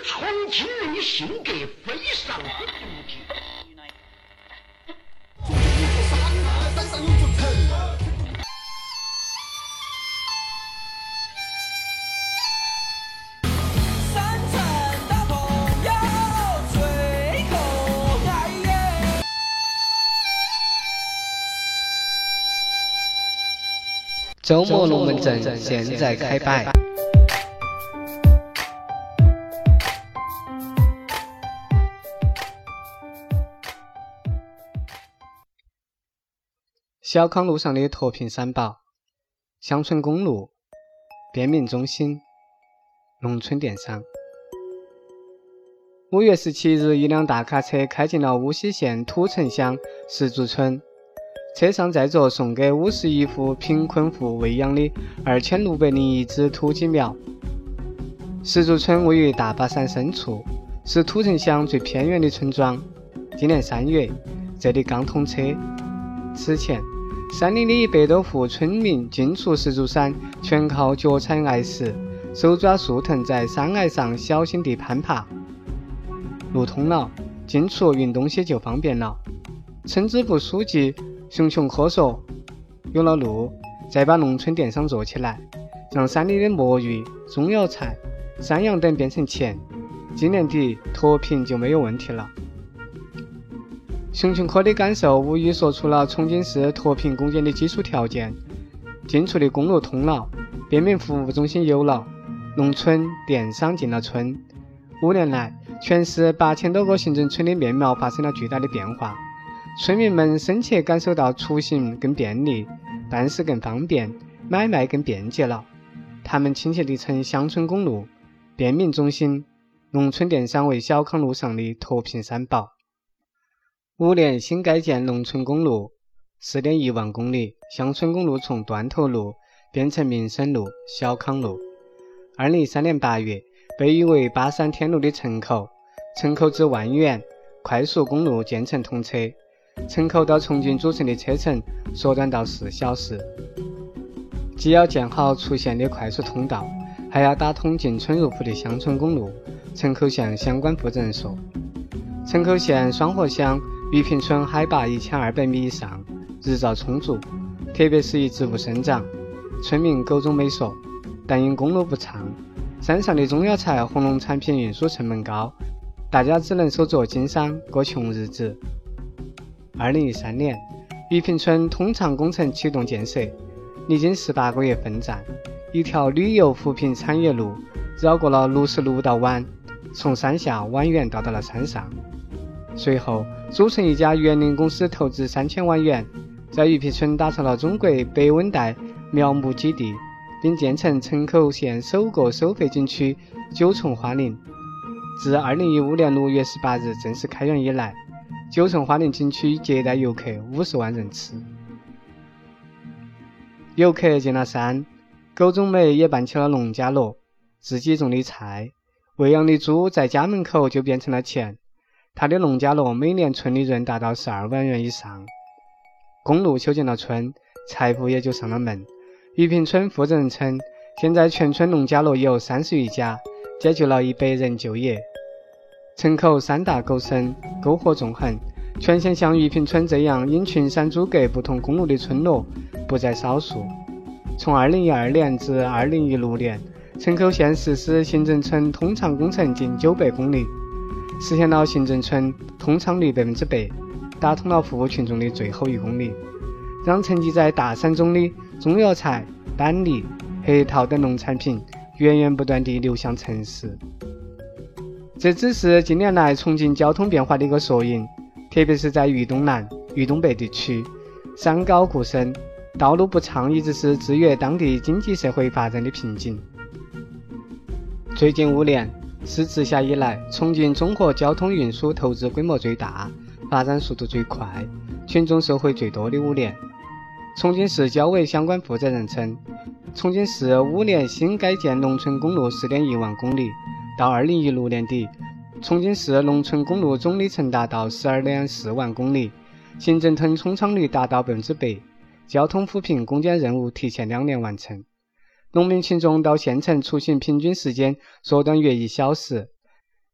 重庆人性格非常的独特。 山上有座城。 山城的朋友最可爱耶。 周末龙门阵现在开摆。小康路上的脱贫三宝：乡村公路、便民中心、农村电商。5月17日，一辆大卡车开进了巫溪县土城乡石柱村，车上载着送给51户贫困户喂养的2601只土鸡苗。石柱村位于大巴山深处，是土城乡最偏远的村庄。今年3月，这里刚通车。此前，山里的100多户村民进出石柱山全靠脚踩矮石，手抓树藤在山崖上小心地攀爬。路通了，进出运东西就方便了。村支部书记熊熊科说，有了路，再把农村电商做起来，让山里的魔芋、中药材、山药等变成钱，今年底脱贫就没有问题了。熊熊科的感受无疑说出了重庆市脱贫攻坚的基础条件：进出的公路通了，便民服务中心有了，农村电商进了村。5年来，全市8000多个行政村的面貌发生了巨大的变化，村民们深切感受到出行更便利，办事更方便，买卖更便捷了。他们亲切地称乡村公路、便民中心、农村电商为小康路上的脱贫三宝。5年新改建农村公路 4.1 万公里，乡村公路从断头路变成民生路、小康路。2013年8月，被誉为巴山天路的城口至万源快速公路建成通车，城口到重庆主城的车程缩短到4小时。既要建好出县的快速通道，还要打通进村入户的乡村公路。城口县相关负责人说，城口县双河乡玉屏村海拔1200米以上，日照充足，特别适宜植物生长。村民口中没说，但因公路不畅，山上的中药材和农产品运输成本高，大家只能手作经商过穷日子。2013年，玉屏村通畅工程启动建设，历经18个月奋战，一条旅游扶贫产业路绕过了66道弯，从山下蜿蜒到达了山上。随后，组成一家园林公司投资3000万元，在玉屏村打造了中国北温带苗木基地，并建成城口县首个收费景区九重花林。自2015年6月18日正式开园以来，九重花林景区接待游客50万人次。游客进了山，狗中梅也办起了农家乐，自己种的菜，喂养的猪在家门口就变成了钱。他的农家乐每年纯利润达到12万元以上。公路修建了村，财富也就上了门。玉屏村负责人称，现在全村农家乐有30余家，解决了100人就业。城口3大沟深，沟壑纵横，全县像玉屏村这样因群山阻隔不同公路的村落不在少数。从2012年至2016年，城口县实施行政村通畅工程近900公里，实现了行政村通畅率100%，打通了服务群众的最后1公里，让沉积在大山中的中药材、板栗、核桃等农产品源源不断地流向城市。这只是近年来重庆交通变化的一个缩影，特别是在渝东南、渝东北地区，山高谷深，道路不畅一直是制约当地经济社会发展的瓶颈。最近5年是直辖以来重庆综合交通运输投资规模最大、发展速度最快、群众受惠最多的5年。重庆市交委相关负责人称，重庆市5年新改建农村公路 4.1 万公里，到2016年底，重庆市农村公路总里程达到 12.4 万公里，行政村通畅率达到 100%， 交通扶贫攻坚任务提前2年完成。农民群众到县城出行平均时间缩短约1小时，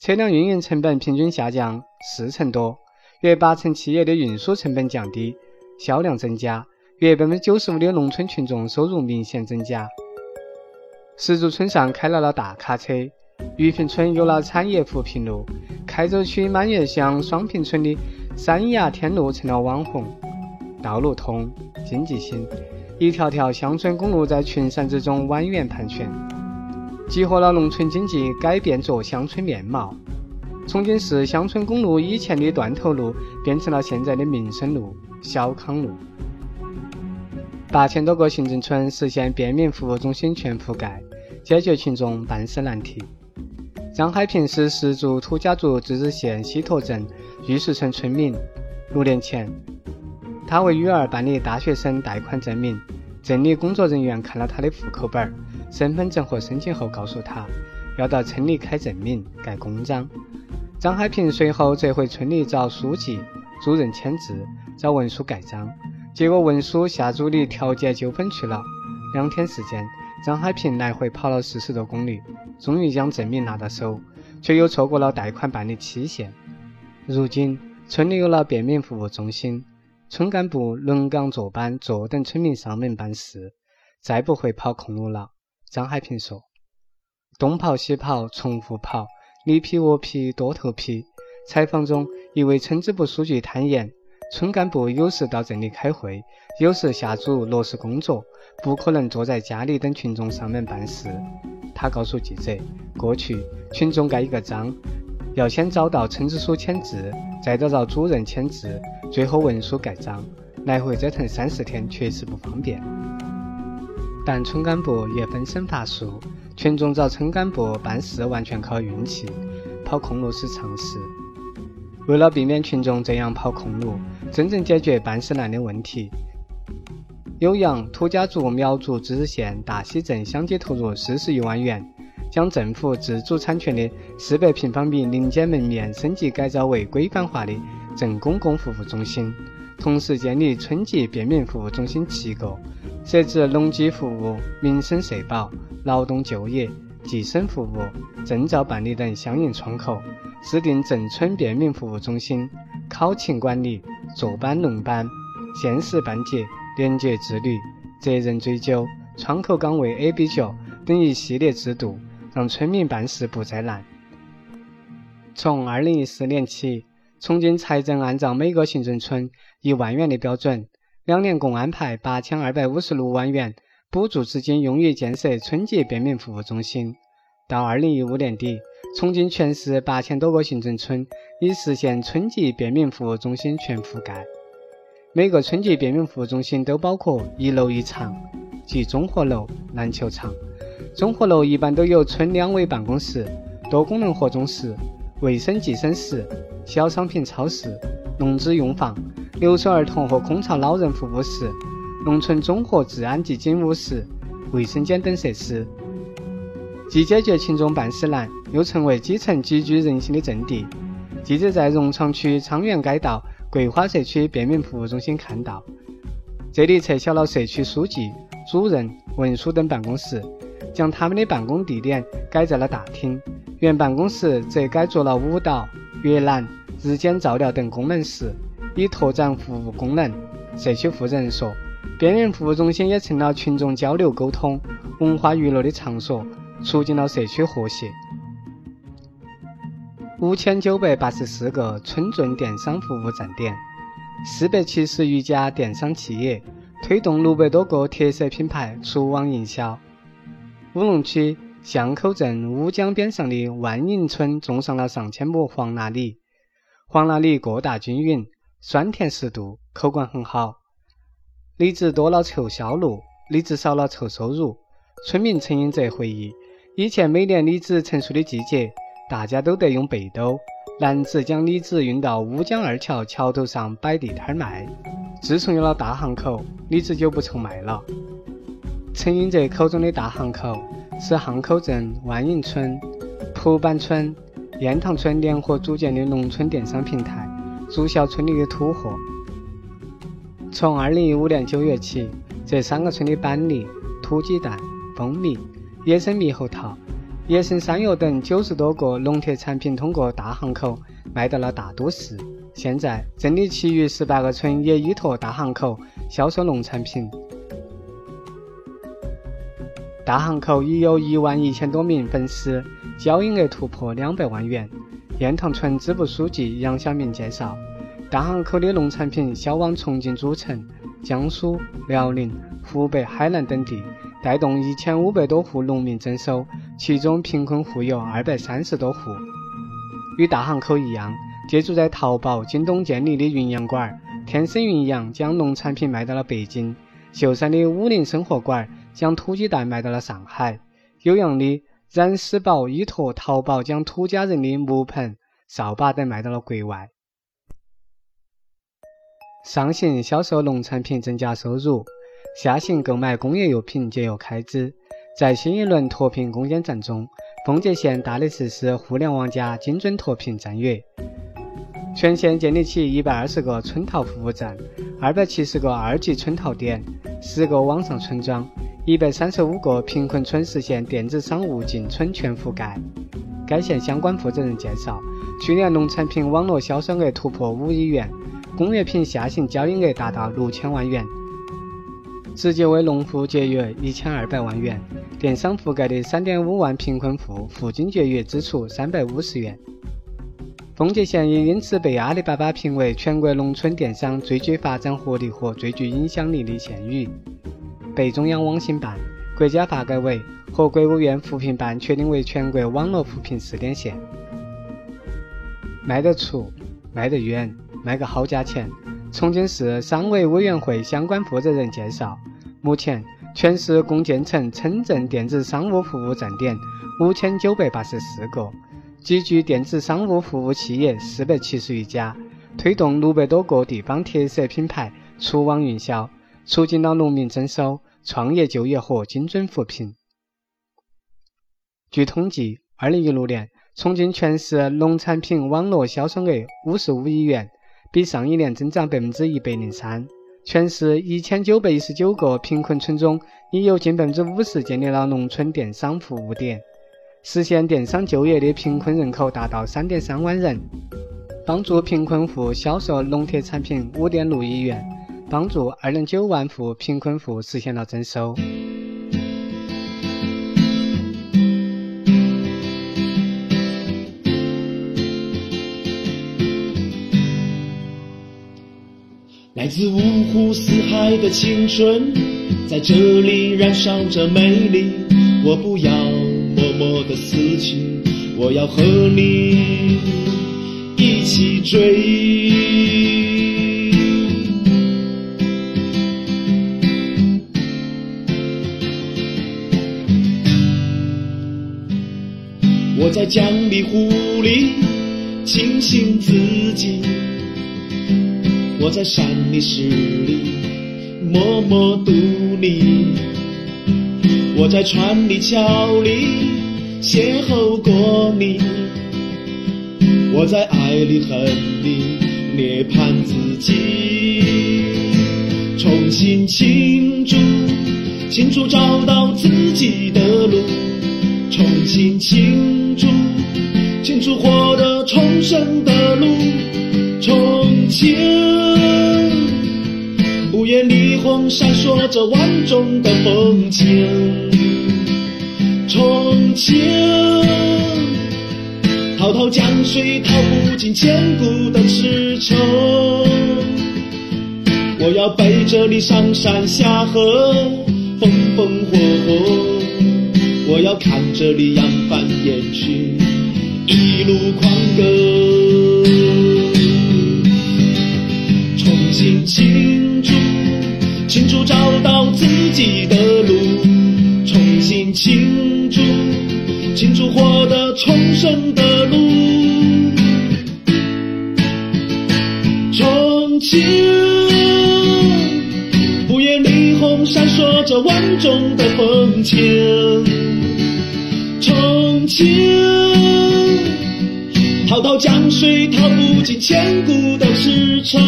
车辆运营成本平均下降4成多，约80%企业的运输成本降低，销量增加，约95%的农村群众收入明显增加。石柱村上开来了大卡车，玉屏村有了产业扶贫路，开州区满月乡双屏村的山崖天路成了网红，道路通，经济兴，一条条乡村公路在群山之中蜿蜒盘旋，激活了农村经济，改变着乡村面貌。重庆市乡村公路以前的断头路变成了现在的民生路、小康路。8000多个行政村实现便民服务中心全覆盖，解决群众办事难题。张海平是石柱土家族自治县西头镇玉石村村民。6年前，他为女儿办理大学生贷款证明，镇里工作人员看了他的户口本、身份证和申请后告诉他要到村里开证明、盖公章。张海平随后折回村里找书记、主任签字，找文书盖章，结果文书下助理调解纠纷去了。2天时间，张海平来回跑了40多公里，终于将证明拿到手，却又错过了贷款办理期限。如今村里有了便民服务中心，村干部轮岗坐班，坐等村民上门办事，再不会跑空路了。张海平说，东跑西跑，重复跑，你批我批，多头批。采访中，一位村支部书记坦言，村干部有时到镇里开会，有时下组落实工作，不可能坐在家里等群众上门办事。他告诉记者，过去群众盖一个章，要先找到村支书签字，再找到主任签字，最后文书盖章，来回折腾30天确实不方便。但村干部也分身乏术，群众找村干部办事完全靠运气，跑空路是常事。为了避免群众这样跑空路，真正解决办事难的问题，酉阳土家族苗族自治县大溪镇相继投入41万元，将政府自主产权的400平方米临街门面升级改造为规范化的镇公共服务中心，同时建立村级便民服务中心7个，设置农机服务、民生社保、劳动就业、计生服务、证照办理等相应窗口，制定镇村便民服务中心考勤管理、坐班轮班、限时办结、廉洁自律、责任追究、窗口岗位 A、B 角等一系列制度，让村民办事不再难。从2014年起，重庆财政按照每个行政村1万元的标准，2年共安排8256万元补助资金用于建设村级便民服务中心。到2015年底，重庆全市8000多个行政村已实现村级便民服务中心全覆盖。每个村级便民服务中心都包括1楼1场，即综合楼、篮球场。综合楼一般都有村2委办公室、多功能活动室、卫生计生室、小商品超市、农资用房、留守儿童和空巢老人服务室、农村综合治安及警务室、卫生间等设施，既解决群众办事难，又成为基层集聚人心的阵地。记者在荣昌区昌原街道桂花社区便民服务中心看到，这里撤销了社区书记、主任、文书等办公室，将他们的办公地点改在了大厅，原办公室则改做了舞蹈、阅览、日间照料等功能室，以拓展服务功能。社区负责人说，便民服务中心也成了群众交流沟通、文化娱乐的场所，促进了社区和谐。5984个村镇电商服务站点，470余家电商企业，推动600多个特色品牌出网营销。乌龙区巷口镇乌江边上的万营村种上了上千亩黄辣李，黄辣李个大均匀，酸甜适度，口感很好。荔枝多了凑销路，荔枝少了凑收入。村民陈英泽回忆，以前每年李子成熟的季节，大家都得用背兜、男子将李子运到乌江2桥桥头上摆地摊卖。自从有了大巷口，李子就不愁卖了。陈英泽口中的大巷口是巷口镇万营村、蒲板村、雁塘村联合组建的农村电商平台，注销村里的土货。从2015年9月起，这3个村的板栗、土鸡蛋、蜂蜜、野生猕猴桃野生山药等90多个农特产品通过大巷口卖到了大都市。现在，镇里其余18个村也依托大巷口销售农产品。大巷口已有11000多名粉丝，交易额突破200万元。雁塘村支部书记杨晓明介绍，大巷口的农产品销往重庆主城、江苏、辽宁、湖北、海南等地，带动1500多户农民增收，其中贫困户有230多户。与大巷口一样，借助在淘宝、京东建立的云阳馆，天生云阳将农产品卖到了北京；秀山的50生活馆将土鸡蛋卖到了上海；酉阳的燃丝宝依托淘宝将土家人的木盆、扫把等卖到了国外。上行销售农产品增加收入，下行购买工业用品节约开支。在新一轮脱贫攻坚战中，奉节县大力实施互联网加精准脱贫战略，全县建立起120个村淘服务站，270个2级村淘点，10个网上村庄，135个贫困村实现电子商务进村全覆盖。该县相关负责人介绍，去年农产品网络销售额突破5亿元，工业品下行交易额达到6000万元，直接为农户节约1200万元，电商覆盖的3.5万贫困户付金节约支出350元。奉节县也因此被阿里巴巴评为全国农村电商最具发展活力和最具影响力的县域，被中央网信办、国家发改委和国务院扶贫办确定为全国网络扶贫试点县。卖得出，卖得远，卖个好价钱。重庆市商委委员会相关负责人介绍，目前全市共建成村镇电子商务服务站点5984个，集聚电子商务服务企业470余家，推动600多个地方特色品牌出网运销，促进了农民增收、创业就业和精准扶贫。据统计，2016年重庆全市农产品网络销售额55亿元，比上一年增长103%。全市1919个贫困村中，已有近50%建立了农村电商服务点，实现电商就业的贫困人口达到3.3万人，帮助贫困户销售农特产品5.6亿元，帮助2.9万户贫困户实现了增收。 来自五湖四海的青春，在这里燃烧着美丽。我不要默默的死去，我要和你一起追。我在江里湖里清醒自己，我在山里石里默默读你，我在船里桥里邂逅过你，我在爱里恨里涅槃自己。重新庆祝，庆祝找到自己的路，重新庆祝，庆祝获得重生的路。重庆五月霓虹闪烁着万种的风情，重庆滔滔江水淘不尽千古的驰骋。我要背着你上山下河，风风火火，我要看着你扬帆远去，一路狂歌。重新庆祝，庆祝找到自己的路，重新庆祝，庆祝获得重生的路。重庆五月霓虹闪烁着万种的风情，重庆滔滔江水淘不尽千古的驰骋。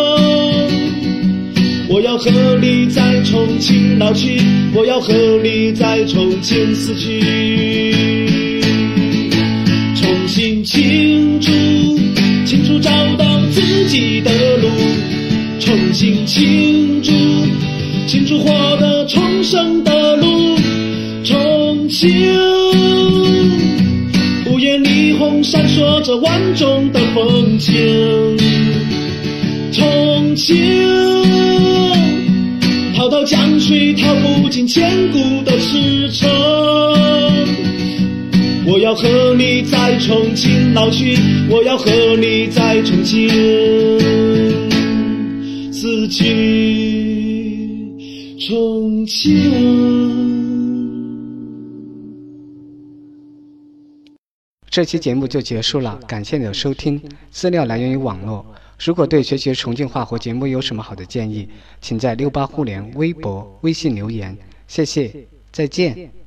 我要和你在重庆老去，我要和你在重庆死去。 庆祝，庆祝找到自己的路，重新庆祝，庆祝获得重生的路，重庆。午夜霓虹闪烁着万众的风景，重庆，滔滔江水淘不尽千古的驰骋。我要和你在重庆老去，我要和你在重庆死去。重庆。 这期节目就结束了，感谢你的收听。资料来源于网络。如果对学习重庆话或节目有什么好的建议，请在68互联微博、微信留言。谢谢，再见。